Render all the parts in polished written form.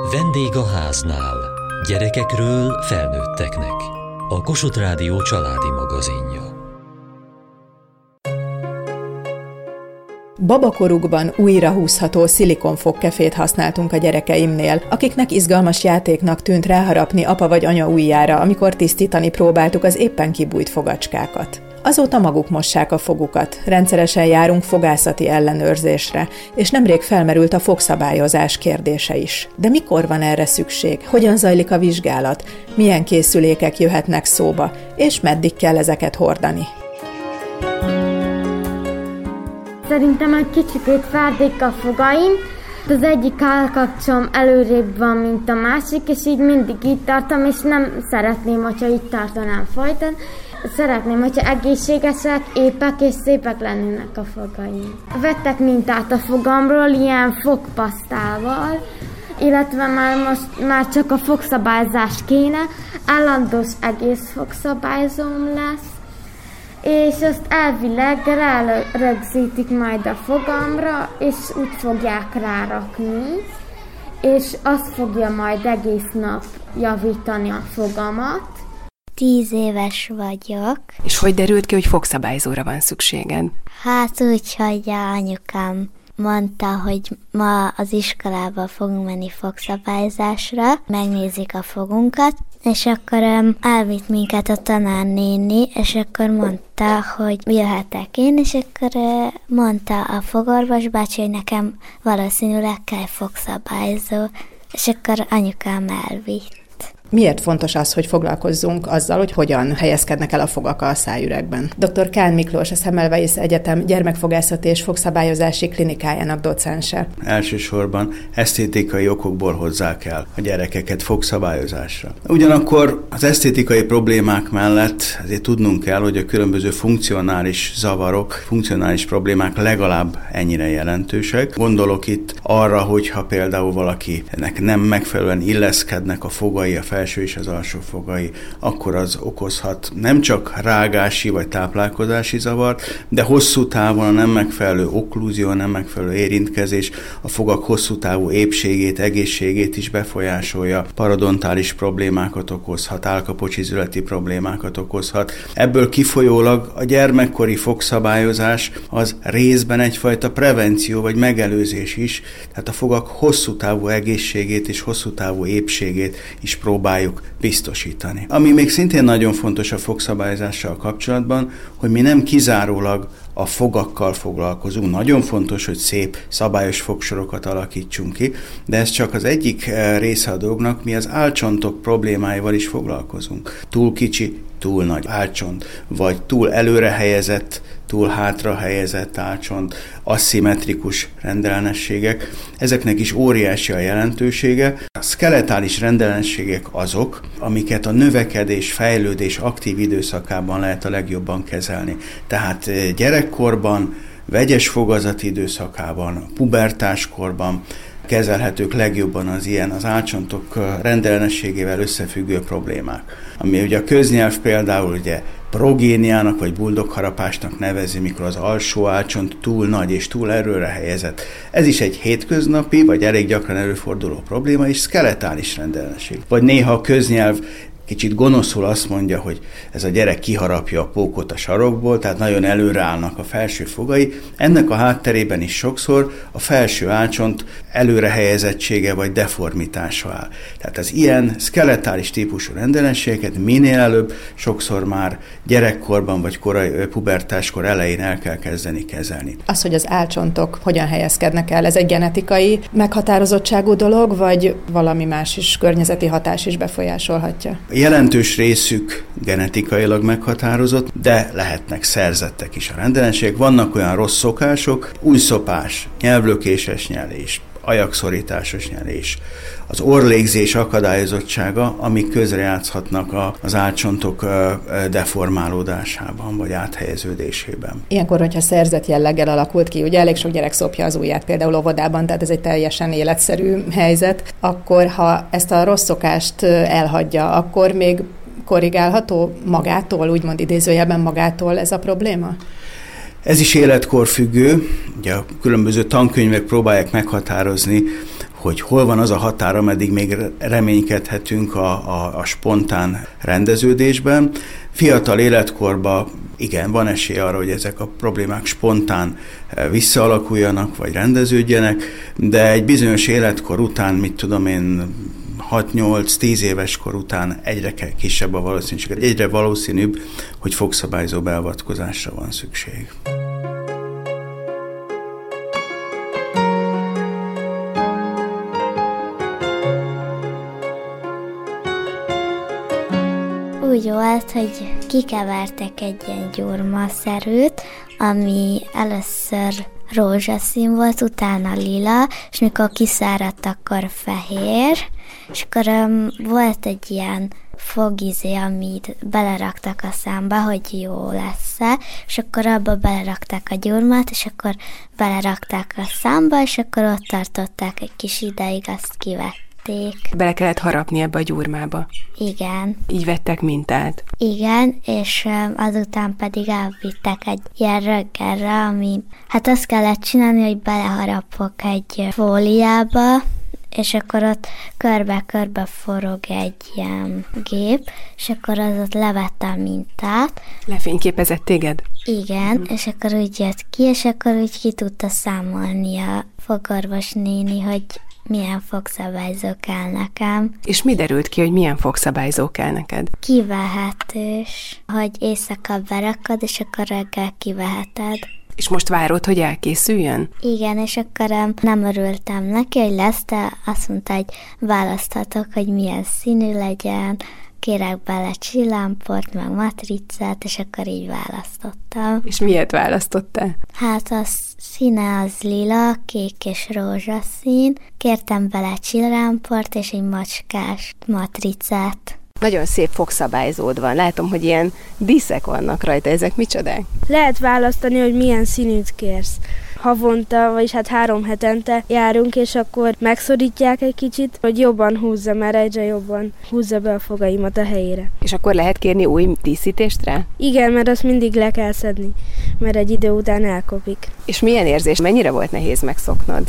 Vendég a háznál. Gyerekekről felnőtteknek. A Kossuth Rádió családi magazinja. Babakorukban újra húzható szilikonfogkefét használtunk a gyerekeimnél, akiknek izgalmas játéknak tűnt ráharapni apa vagy anya ujjára, amikor tisztítani próbáltuk az éppen kibújt fogacskákat. Azóta maguk mossák a fogukat, rendszeresen járunk fogászati ellenőrzésre, és nemrég felmerült a fogszabályozás kérdése is. De mikor van erre szükség? Hogyan zajlik a vizsgálat? Milyen készülékek jöhetnek szóba? És meddig kell ezeket hordani? Szerintem egy kicsikét fárdék a fogaim, az egyik állkapcsom előrébb van, mint a másik, és így mindig így tartom, és nem szeretném, hogyha így tartanám folyton. Szeretném, hogyha egészségesek, épek és szépek lennének a fogaim. Vettek mintát a fogamról ilyen fogpasztával, illetve már csak a fogszabályzás kéne, állandós egész fogszabályzóm lesz, és azt elvileg rárögzítik majd a fogamra, és úgy fogják rárakni, és azt fogja majd egész nap javítani a fogamat. 10 éves vagyok. És hogy derült ki, hogy fogszabályzóra van szükséged? Hát úgy, hogy anyukám mondta, hogy ma az iskolába fogunk menni fogszabályzásra, megnézik a fogunkat, és akkor elvitt minket a tanárnéni, és akkor mondta, hogy jöhetek én, és akkor mondta a fogorvos bácsi, hogy nekem valószínűleg kell fogszabályzó, és akkor anyukám elvitt. Miért fontos az, hogy foglalkozzunk azzal, hogy hogyan helyezkednek el a fogak a szájüregben? Dr. Kán Miklós, a Semmelweis Egyetem gyermekfogászati és fogszabályozási klinikájának docense. Elsősorban esztétikai okokból hozzák el a gyerekeket fogszabályozásra. Ugyanakkor az esztétikai problémák mellett azért tudnunk kell, hogy a különböző funkcionális zavarok, funkcionális problémák legalább ennyire jelentősek. Gondolok itt arra, hogyha például valakinek nem megfelelően illeszkednek a fogai, a felső és az alsó fogai, akkor az okozhat nem csak rágási vagy táplálkozási zavart, de hosszú távon a nem megfelelő okklúzió, nem megfelelő érintkezés a fogak hosszú távú épségét, egészségét is befolyásolja, parodontális problémákat okozhat, állkapocsizületi problémákat okozhat. Ebből kifolyólag a gyermekkori fogszabályozás az részben egyfajta prevenció vagy megelőzés is, tehát a fogak hosszú távú egészségét és hosszú távú épségét is próbáljuk biztosítani. Ami még szintén nagyon fontos a fogszabályozással kapcsolatban, hogy mi nem kizárólag a fogakkal foglalkozunk. Nagyon fontos, hogy szép, szabályos fogsorokat alakítsunk ki, de ez csak az egyik része a dolognak, mi az álcsontok problémáival is foglalkozunk. Túl kicsi, túl nagy álcsont, vagy túl előre helyezett, túl hátra helyezett álcsont, aszimmetrikus rendellenességek. Ezeknek is óriási a jelentősége. A szkeletális rendellenességek azok, amiket a növekedés, fejlődés aktív időszakában lehet a legjobban kezelni. Tehát gyerekkorban, vegyes fogazati időszakában, pubertáskorban kezelhetők legjobban az álcsontok rendellenességével összefüggő problémák. Ami ugye a köznyelv például ugye progéniának vagy buldogharapásnak nevezi, mikor az alsó álcsont túl nagy és túl erőre helyezett. Ez is egy hétköznapi, vagy elég gyakran előforduló probléma, és szkeletális rendellenesség. Vagy néha a köznyelv kicsit gonoszul azt mondja, hogy ez a gyerek kiharapja a pókot a sarokból, tehát nagyon előre állnak a felső fogai. Ennek a hátterében is sokszor a felső álcsont előre helyezettsége vagy deformitása áll. Tehát az ilyen szkeletális típusú rendellenségeket minél előbb, sokszor már gyerekkorban vagy korai pubertáskor elején el kell kezdeni kezelni. Az, hogy az álcsontok hogyan helyezkednek el, ez egy genetikai meghatározottságú dolog, vagy valami más is, környezeti hatás is befolyásolhatja? Jelentős részük genetikailag meghatározott, de lehetnek szerzettek is a rendellenségek. Vannak olyan rossz szokások, újszopás, nyelvlökéses nyelés, ajakszorításos nyelés, az orrlégzés akadályozottsága, amik közrejátszhatnak az álcsontok deformálódásában, vagy áthelyeződésében. Ilyenkor, hogyha szerzett jelleggel alakult ki, ugye elég sok gyerek szopja az ujját, például óvodában, tehát ez egy teljesen életszerű helyzet, akkor ha ezt a rossz szokást elhagyja, akkor még korrigálható magától, úgymond idézőjelben magától ez a probléma? Ez is életkorfüggő, ugye a különböző tankönyvek próbálják meghatározni, hogy hol van az a határ, ameddig még reménykedhetünk a spontán rendeződésben. Fiatal életkorban igen, van esély arra, hogy ezek a problémák spontán visszaalakuljanak, vagy rendeződjenek, de egy bizonyos életkor után, 6-8-10 éves kor után egyre kisebb a valószínűség, egyre valószínűbb, hogy fogszabályzó beavatkozásra van szükség. Úgy volt, hogy kikevertek egy ilyen gyurmaszerűt, ami először rózsaszín volt, utána lila, és mikor kiszáradt, akkor fehér, és akkor volt egy ilyen fogizé, amit beleraktak a számba, hogy jó lesz-e, és akkor abba belerakták a gyurmát, és akkor belerakták a számba, és akkor ott tartották egy kis ideig, azt kivették. Bele kellett harapni ebbe a gyurmába. Igen. Így vettek mintát. Igen, és azután pedig elvittek egy ilyen röggerre, ami... Hát azt kellett csinálni, hogy beleharapok egy fóliába, és akkor ott körbe-körbe forog egy ilyen gép, és akkor az ott levette a mintát. Lefényképezett téged? Igen, és akkor úgy jött ki, és akkor úgy ki tudta számolni a fogorvos néni, hogy milyen fogszabályzó kell nekem. És mi derült ki, hogy milyen fogszabályzó kell neked? Kivehetős, hogy éjszaka berakod, és akkor reggel kiveheted. És most várod, hogy elkészüljön? Igen, és akkor nem örültem neki, hogy lesz, de azt mondta, hogy választhatok, hogy milyen színű legyen, kérek bele csillámport, meg matricát, és akkor így választottam. És miért választottál? Hát a színe az lila, kék és rózsaszín. Kértem bele csillámport és egy macskás matricát. Nagyon szép fogszabályzód van. Látom, hogy ilyen díszek vannak rajta. Ezek micsodák? Lehet választani, hogy milyen színűt kérsz. Havonta, vagyis 3 hetente járunk, és akkor megszorítják egy kicsit, hogy jobban húzza, mert egyre jobban húzza be a fogaimat a helyére. És akkor lehet kérni új díszítést rá? Igen, mert azt mindig le kell szedni, mert egy idő után elkopik. És milyen érzés? Mennyire volt nehéz megszoknod?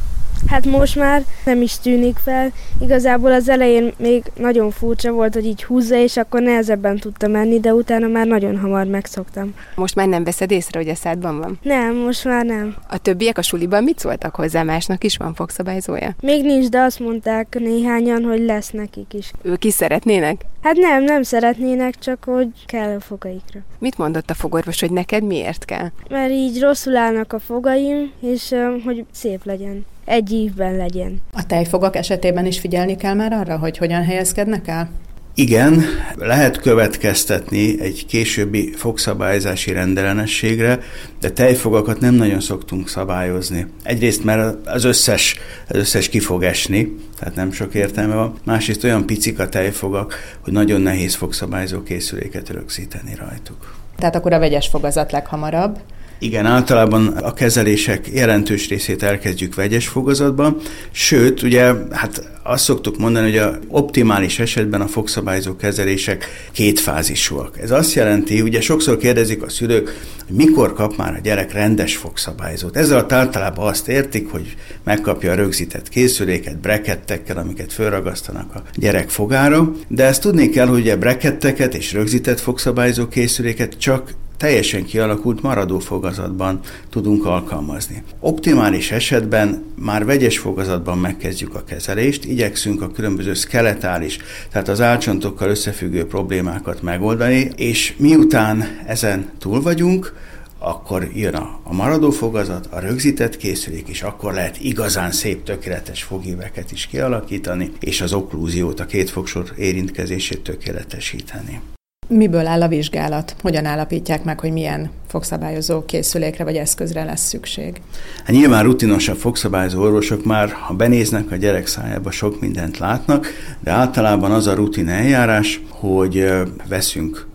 Hát most már nem is tűnik fel. Igazából az elején még nagyon furcsa volt, hogy így húzza, és akkor nehezebben tudtam menni, de utána már nagyon hamar megszoktam. Most már nem veszed észre, hogy a szádban van? Nem, most már nem. A többiek a suliban mit szóltak hozzá? Másnak is van fogszabályzója? Még nincs, de azt mondták néhányan, hogy lesz nekik is. Ők is szeretnének? Hát nem szeretnének, csak hogy kell a fogaikra. Mit mondott a fogorvos, hogy neked miért kell? Mert így rosszul állnak a fogaim, és hogy szép legyen. Egy évben legyen. A tejfogak esetében is figyelni kell már arra, hogy hogyan helyezkednek el? Igen, lehet következtetni egy későbbi fogszabályozási rendellenességre, de tejfogakat nem nagyon szoktunk szabályozni. Egyrészt, mert az összes ki fog esni, tehát nem sok értelme van. Másrészt olyan picik a tejfogak, hogy nagyon nehéz fogszabályzó készüléket rögzíteni rajtuk. Tehát akkor a vegyes fogazat leghamarabb. Igen, általában a kezelések jelentős részét elkezdjük vegyes fogazatban, sőt, ugye, hát azt szoktuk mondani, hogy a optimális esetben a fogszabályzó kezelések kétfázisúak. Ez azt jelenti, ugye sokszor kérdezik a szülők, hogy mikor kap már a gyerek rendes fogszabályzót. Ezzel általában azt értik, hogy megkapja a rögzített készüléket, brekettekkel, amiket fölragasztanak a gyerek fogára, de ezt tudni kell, hogy a breketteket és rögzített fogszabályzó készüléket csak teljesen kialakult maradó fogazatban tudunk alkalmazni. Optimális esetben már vegyes fogazatban megkezdjük a kezelést, igyekszünk a különböző szkeletális, tehát az állcsontokkal összefüggő problémákat megoldani, és miután ezen túl vagyunk, akkor jön a maradó fogazat, a rögzített készülék, és akkor lehet igazán szép, tökéletes fogíveket is kialakítani, és az okklúziót, a két fogsor érintkezését tökéletesíteni. Miből áll a vizsgálat? Hogyan állapítják meg, hogy milyen fogszabályozó készülékre vagy eszközre lesz szükség? Hát nyilván rutinosabb fogszabályozó orvosok már, ha benéznek a gyerek szájába, sok mindent látnak, de általában az a rutin eljárás, hogy veszünk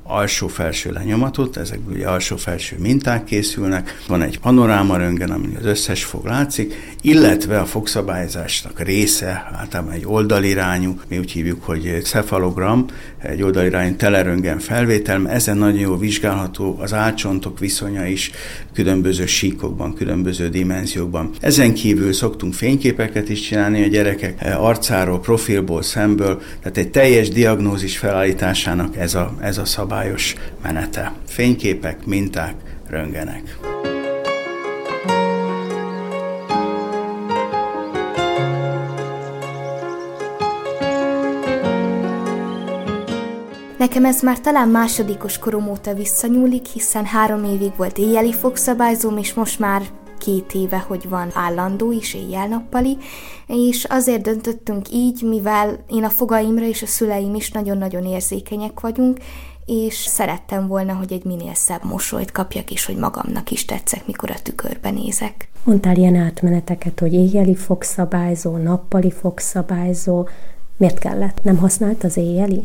alsó-felső lenyomatot, ezekből ugye alsó-felső minták készülnek, van egy panorámaröntgen, amin az összes fog látszik, illetve a fogszabályozásnak része általában egy oldalirányú, mi úgy hívjuk, hogy cefalogram, egy oldalirányú teleröntgen felvétel, ezen nagyon jól vizsgálható az álcsontok viszonya is különböző síkokban, különböző dimenziókban. Ezen kívül szoktunk fényképeket is csinálni a gyerekek arcáról, profilból, szemből, tehát egy teljes diagnózis felállításának ez a szabályos menete. Fényképek, minták, röntgenek. Nekem ez már talán másodikos korom óta visszanyúlik, hiszen 3 évig volt éjjeli fogszabályzóm, és most már 2 éve, hogy van állandó is, éjjel-nappali, és azért döntöttünk így, mivel én a fogaimra és a szüleim is nagyon-nagyon érzékenyek vagyunk, és szerettem volna, hogy egy minél szebb mosolyt kapjak, és hogy magamnak is tetszek, mikor a tükörbe nézek. Mondtál ilyen átmeneteket, hogy éjjeli fogszabályzó, nappali fogszabályzó. Miért kellett? Nem használt az éjjeli?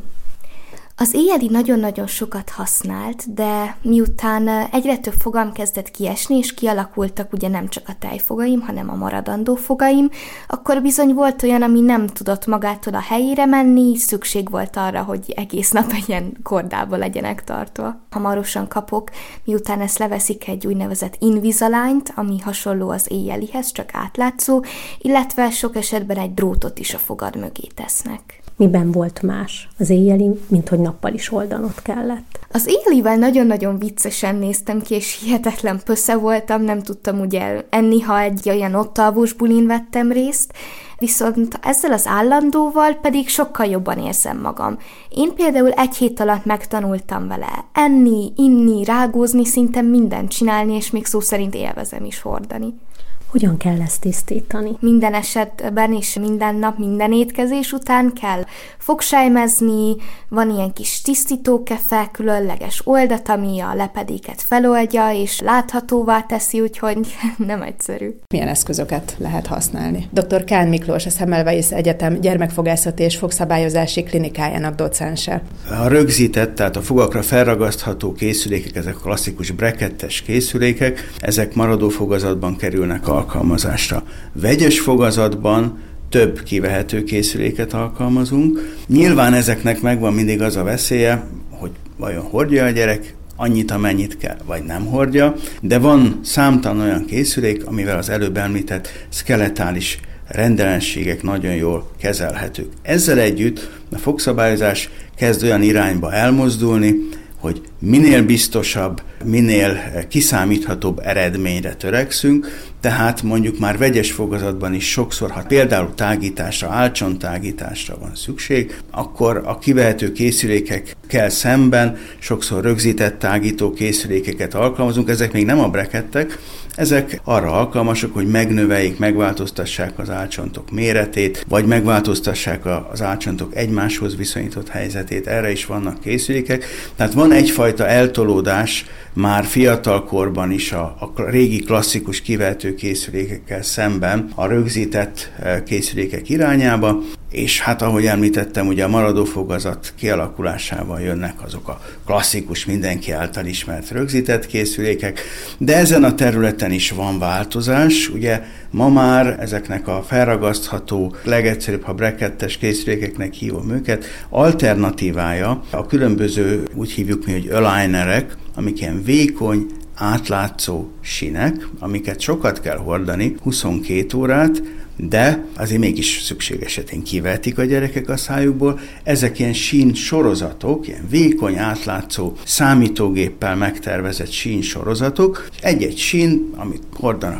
Az éjjeli nagyon-nagyon sokat használt, de miután egyre több fogam kezdett kiesni, és kialakultak ugye nem csak a tejfogaim, hanem a maradandó fogaim, akkor bizony volt olyan, ami nem tudott magától a helyére menni, szükség volt arra, hogy egész nap ilyen kordába legyenek tartva. Hamarosan kapok, miután ezt leveszik, egy úgynevezett Invisalignt, ami hasonló az éjjelihez, csak átlátszó, illetve sok esetben egy drótot is a fogad mögé tesznek. Miben volt más az éjjeli, mint hogy nappal is oldanod kellett? Az éjjelivel nagyon-nagyon viccesen néztem ki, és hihetetlen pösze voltam, nem tudtam ugye enni, ha egy olyan ottalvós bulin vettem részt, viszont ezzel az állandóval pedig sokkal jobban érzem magam. Én például 1 hét alatt megtanultam vele enni, inni, rágózni, szinte mindent csinálni, és még szó szerint élvezem is hordani. Hogyan kell ezt tisztítani? Minden esetben és minden nap, minden étkezés után kell fogsájmezni, van ilyen kis tisztítókefe, különleges oldat, ami a lepedéket feloldja és láthatóvá teszi, úgyhogy nem egyszerű. Milyen eszközöket lehet használni? Dr. Kán Miklós, a Semmelweis Egyetem gyermekfogászati és fogszabályozási klinikájának docense. A rögzített, tehát a fogakra felragasztható készülékek, ezek a klasszikus brakettes készülékek, ezek maradó fogazatban kerülnek alkalmazásra. Vegyes fogazatban több kivehető készüléket alkalmazunk. Nyilván ezeknek megvan mindig az a veszélye, hogy vajon hordja a gyerek annyit, amennyit kell, vagy nem hordja, de van számtalan olyan készülék, amivel az előbb említett szkeletális rendellenségek nagyon jól kezelhetők. Ezzel együtt a fogszabályozás kezd olyan irányba elmozdulni, hogy minél biztosabb, minél kiszámíthatóbb eredményre törekszünk, tehát mondjuk már vegyes fogazatban is sokszor, ha például tágításra, álcsonttágításra van szükség, akkor a kivehető készülékekkel szemben sokszor rögzített tágító készülékeket alkalmazunk, ezek még nem a brekettek, ezek arra alkalmasak, hogy megnöveljék, megváltoztassák az álcsontok méretét, vagy megváltoztassák az álcsontok egymáshoz viszonyított helyzetét, erre is vannak készülékek. Tehát van egyfajta eltolódás már fiatalkorban is a régi klasszikus kivehető készülékekkel szemben a rögzített készülékek irányába, és hát ahogy említettem, ugye a maradó fogazat kialakulásával jönnek azok a klasszikus, mindenki által ismert rögzített készülékek, de ezen a területen is van változás, ugye ma már ezeknek a felragasztható, legegyszerűbb, ha brakettes készülékeknek hívom őket, alternatívája a különböző, úgy hívjuk mi, hogy alignerek, amik ilyen vékony, átlátszó sinek, amiket sokat kell hordani, 22 órát, de azért mégis szükség esetén kivehetik a gyerekek a szájukból. Ezek ilyen sín sorozatok, ilyen vékony, átlátszó, számítógéppel megtervezett sín sorozatok. Egy-egy sín, amit hordanak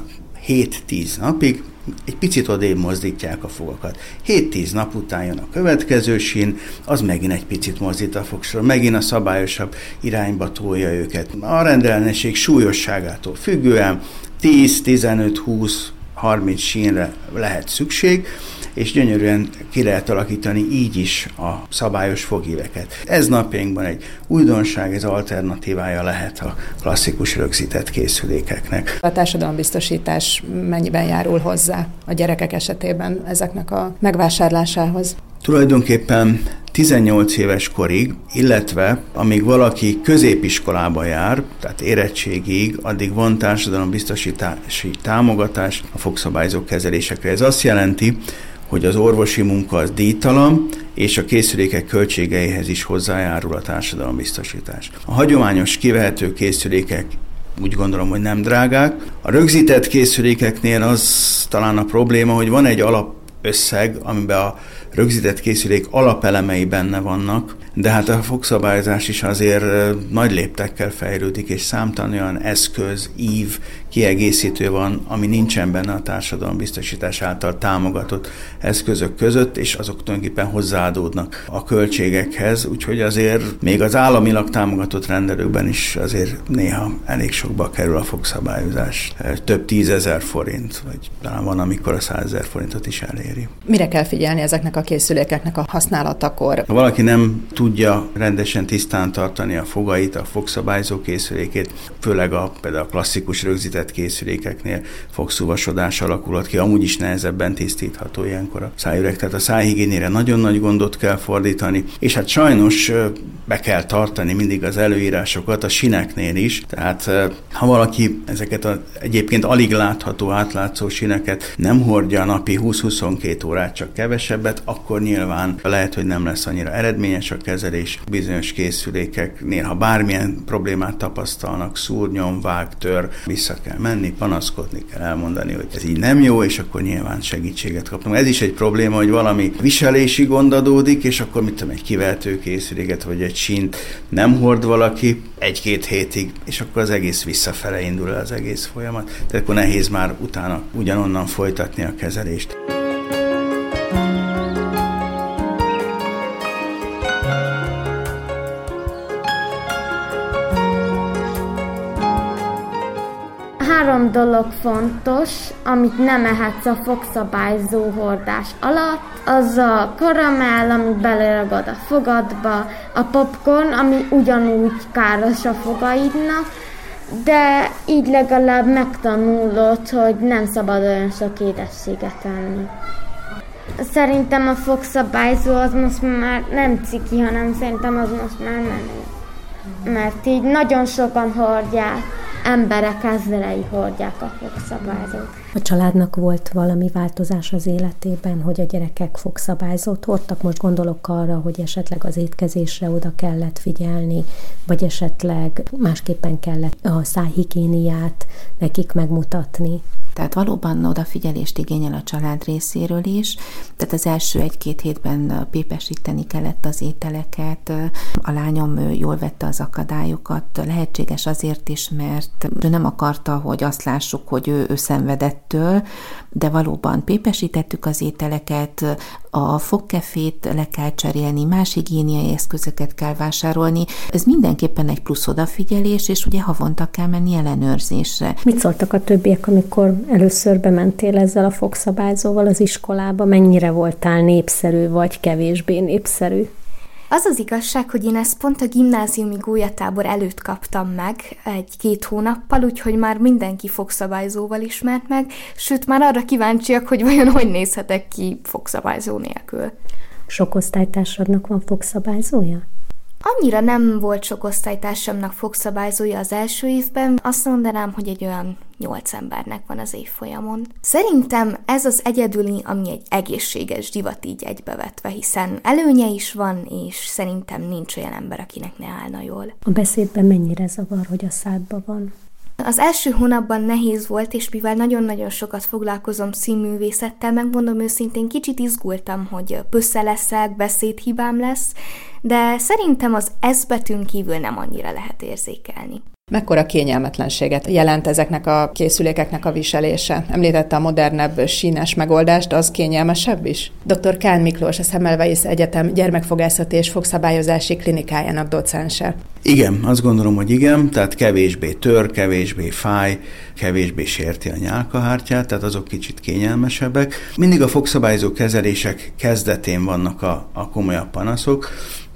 7-10 napig, egy picit odébb mozdítják a fogakat. 7-10 nap után jön a következő sín, az megint egy picit mozdít a fogsor, megint a szabályosabb irányba tolja őket. A rendellenesség súlyosságától függően 10-15-20 30 sínre lehet szükség, és gyönyörűen ki lehet alakítani így is a szabályos fogíveket. Ez napjainkban egy újdonság, ez alternatívája lehet a klasszikus rögzített készülékeknek. A társadalombiztosítás mennyiben járul hozzá a gyerekek esetében ezeknek a megvásárlásához? Tulajdonképpen 18 éves korig, illetve amíg valaki középiskolába jár, tehát érettségig, addig van társadalombiztosítási támogatás a fogszabályzó kezelésekre. Ez azt jelenti, hogy az orvosi munka az díjtalan, és a készülékek költségeihez is hozzájárul a társadalombiztosítás. A hagyományos kivehető készülékek úgy gondolom, hogy nem drágák. A rögzített készülékeknél az talán a probléma, hogy van egy alapösszeg, amiben a rögzített készülék alapelemei benne vannak, de hát a fogszabályozás is azért nagy léptekkel fejlődik, és számtalan olyan eszköz, ív, kiegészítő van, ami nincsen benne a társadalombiztosítás által támogatott eszközök között, és azok tulajdonképpen hozzáadódnak a költségekhez, úgyhogy azért még az államilag támogatott rendelőkben is azért néha elég sokba kerül a fogszabályozás. Több 10 000 forint, vagy talán van, amikor a 100 000 forintot is eléri. Mire kell figyelni ezeknek a készülékeknek a használatakor? Ha valaki nem tudja rendesen tisztán tartani a fogait, a fogszabályzó készülékét, főleg például a klasszikus rögzített készülékeknél fogszúvasodás alakulhat ki, amúgy is nehezebben tisztítható ilyenkor a szájüreg, tehát a szájhigiénére nagyon nagy gondot kell fordítani, és hát sajnos be kell tartani mindig az előírásokat a sineknél is, tehát ha valaki ezeket egyébként alig látható, átlátszó sineket nem hordja a napi 20-22 órát, csak kevesebbet, akkor nyilván lehet, hogy nem lesz annyira eredményes a kezelés. Bizonyos készülékeknél, ha bármilyen problémát tapasztalnak, szúrnyom, vág, tör, vissza kell menni, panaszkodni kell, elmondani, hogy ez így nem jó, és akkor nyilván segítséget kapnak. Ez is egy probléma, hogy valami viselési gond adódik, és akkor egy kivehető készüléket, vagy egy sínt nem hord valaki 1-2 hétig, és akkor az egész visszafele indul az egész folyamat. Tehát akkor nehéz már utána ugyanonnan folytatni a kezelést. Három dolog fontos, amit nem ehetsz a fogszabályzó hordás alatt. Az a karamell, ami beleragad a fogadba, a popcorn, ami ugyanúgy káros a fogaidnak, de így legalább megtanulod, hogy nem szabad olyan sok édességet enni. Szerintem a fogszabályzó az most már nem ciki, hanem szerintem az most már menő. Mert így nagyon sokan hordják. Emberek ezrei hordják a fogszabályzót. A családnak volt valami változás az életében, hogy a gyerekek fogszabályzót hordtak? Most gondolok arra, hogy esetleg az étkezésre oda kellett figyelni, vagy esetleg másképpen kellett a szájhigiéniát nekik megmutatni. Tehát valóban odafigyelést igényel a család részéről is. Tehát az első 1-2 hétben pépesíteni kellett az ételeket. A lányom jól vette az akadályokat. Lehetséges azért is, mert ő nem akarta, hogy azt lássuk, hogy ő szenvedettől, de valóban pépesítettük az ételeket, a fogkefét le kell cserélni, más higiéniai eszközöket kell vásárolni. Ez mindenképpen egy plusz odafigyelés, és ugye havonta kell menni ellenőrzésre. Mit szóltak a többiek, amikor először bementél ezzel a fogszabályzóval az iskolába? Mennyire voltál népszerű, vagy kevésbé népszerű? Az az igazság, hogy én ezt pont a gimnáziumi gólyatábor előtt kaptam meg 1-2 hónappal, úgyhogy már mindenki fogszabályzóval ismert meg, sőt már arra kíváncsiak, hogy vajon hogy nézhetek ki fogszabályzó nélkül. Sok osztálytársadnak van fogszabályzója? Annyira nem volt sok osztálytársamnak fogszabályzója az első évben, azt mondanám, hogy egy olyan 8 embernek van az évfolyamon. Szerintem ez az egyedüli, ami egy egészséges divat így egybevetve, hiszen előnye is van, és szerintem nincs olyan ember, akinek ne állna jól. A beszédben mennyire zavar, hogy a szádban van? Az első hónapban nehéz volt, és mivel nagyon-nagyon sokat foglalkozom színművészettel, megmondom őszintén, kicsit izgultam, hogy pössze leszek, beszédhibám lesz, de szerintem az S betűn kívül nem annyira lehet érzékelni. Mekkora kényelmetlenséget jelent ezeknek a készülékeknek a viselése? Említette a modernebb sínes megoldást, az kényelmesebb is? Dr. Kán Miklós, a Semmelweis Egyetem gyermekfogászati és fogszabályozási klinikájának docense. Igen, azt gondolom, hogy igen, tehát kevésbé tör, kevésbé fáj, kevésbé sérti a nyálkahártyát, tehát azok kicsit kényelmesebbek. Mindig a fogszabályozó kezelések kezdetén vannak a komolyabb panaszok,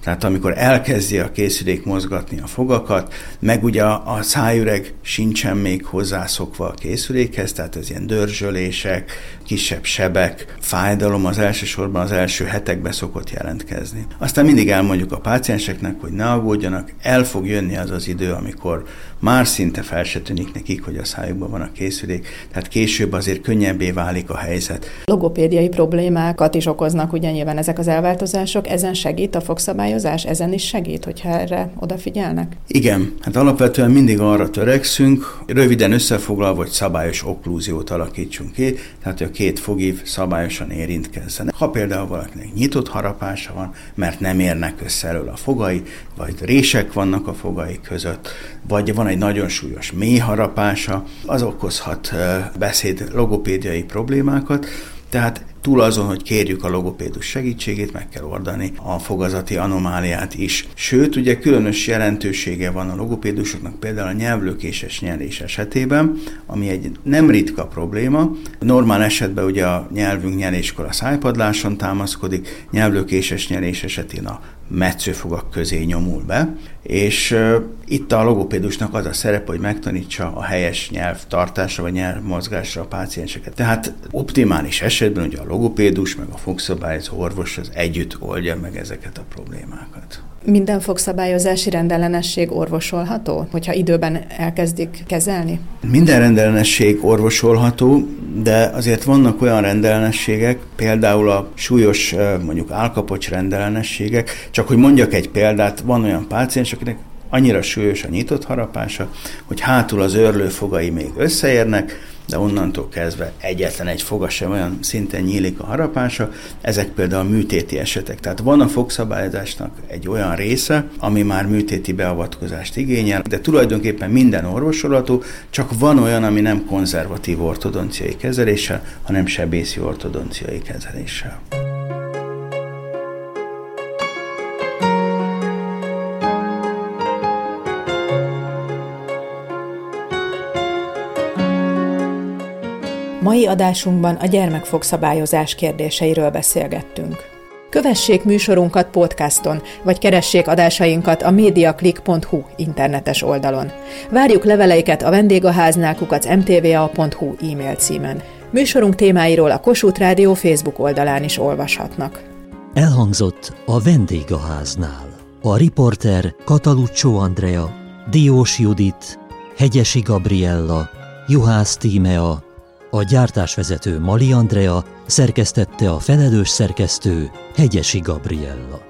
Tehát amikor elkezdi a készülék mozgatni a fogakat, meg ugye a szájüreg sincsen még hozzászokva a készülékhez, tehát ez ilyen dörzsölések, kisebb sebek, fájdalom az elsősorban az első hetekben szokott jelentkezni. Aztán mindig elmondjuk a pácienseknek, hogy ne aggódjanak, el fog jönni az az idő, amikor már szinte fel se tűnik nekik, hogy a szájukban van a készülék, tehát később azért könnyebbé válik a helyzet. Logopédiai problémákat is okoznak ugye nyilván ezek az elváltozások, ezen segít a fogszabályozás, ezen is segít, hogyha erre odafigyelnek? Igen, hát alapvetően mindig arra törekszünk, röviden összefoglalva, hogy szabályos okklúziót alakítsunk ki, tehát hogy a két fogív szabályosan érintkezzen. Ha például valakinek nyitott harapása van, mert nem érnek össze elől a fogai, vagy rések vannak a fogai között, vagy van egy nagyon súlyos mély harapása, az okozhat beszéd-logopédiai problémákat, tehát túl azon, hogy kérjük a logopédus segítségét, meg kell oldani a fogazati anomáliát is. Sőt, ugye különös jelentősége van a logopédusoknak például a nyelvlökéses nyelés esetében, ami egy nem ritka probléma. Normál esetben ugye a nyelvünk nyeléskor a szájpadláson támaszkodik, nyelvlökéses nyelés esetén a metszőfogak közé nyomul be, és itt a logopédusnak az a szerep, hogy megtanítsa a helyes nyelvtartásra vagy nyelvmozgásra a pácienseket. Tehát optimális esetben ugye a logopédus meg a fogszabályozó orvos az együtt oldja meg ezeket a problémákat. Minden fogszabályozási rendellenesség orvosolható, hogyha időben elkezdik kezelni? Minden rendellenesség orvosolható, de azért vannak olyan rendellenességek, például a súlyos mondjuk állkapocs rendellenességek, csak hogy mondjak egy példát, van olyan páciens, akinek annyira súlyos a nyitott harapása, hogy hátul az őrlőfogai még összeérnek, de onnantól kezdve egyetlen egy foga sem olyan szinten nyílik a harapása. Ezek például műtéti esetek. Tehát van a fogszabályozásnak egy olyan része, ami már műtéti beavatkozást igényel, de tulajdonképpen minden orvosolható, csak van olyan, ami nem konzervatív ortodonciai kezeléssel, hanem sebészi ortodonciai kezeléssel. Mai adásunkban a gyermekfogszabályozás kérdéseiről beszélgettünk. Kövessék műsorunkat podcaston, vagy keressék adásainkat a mediaclick.hu internetes oldalon. Várjuk leveleiket a vendégháznál @mtva.hu e-mail címen. Műsorunk témáiról a Kossuth Rádió Facebook oldalán is olvashatnak. Elhangzott a vendégháznál. A riporter Kataluccio Andrea, Diós Judit, Hegyesi Gabriella, Juhász Tímea, a gyártásvezető Mali Andrea, szerkesztette a felelős szerkesztő Hegyesi Gabriella.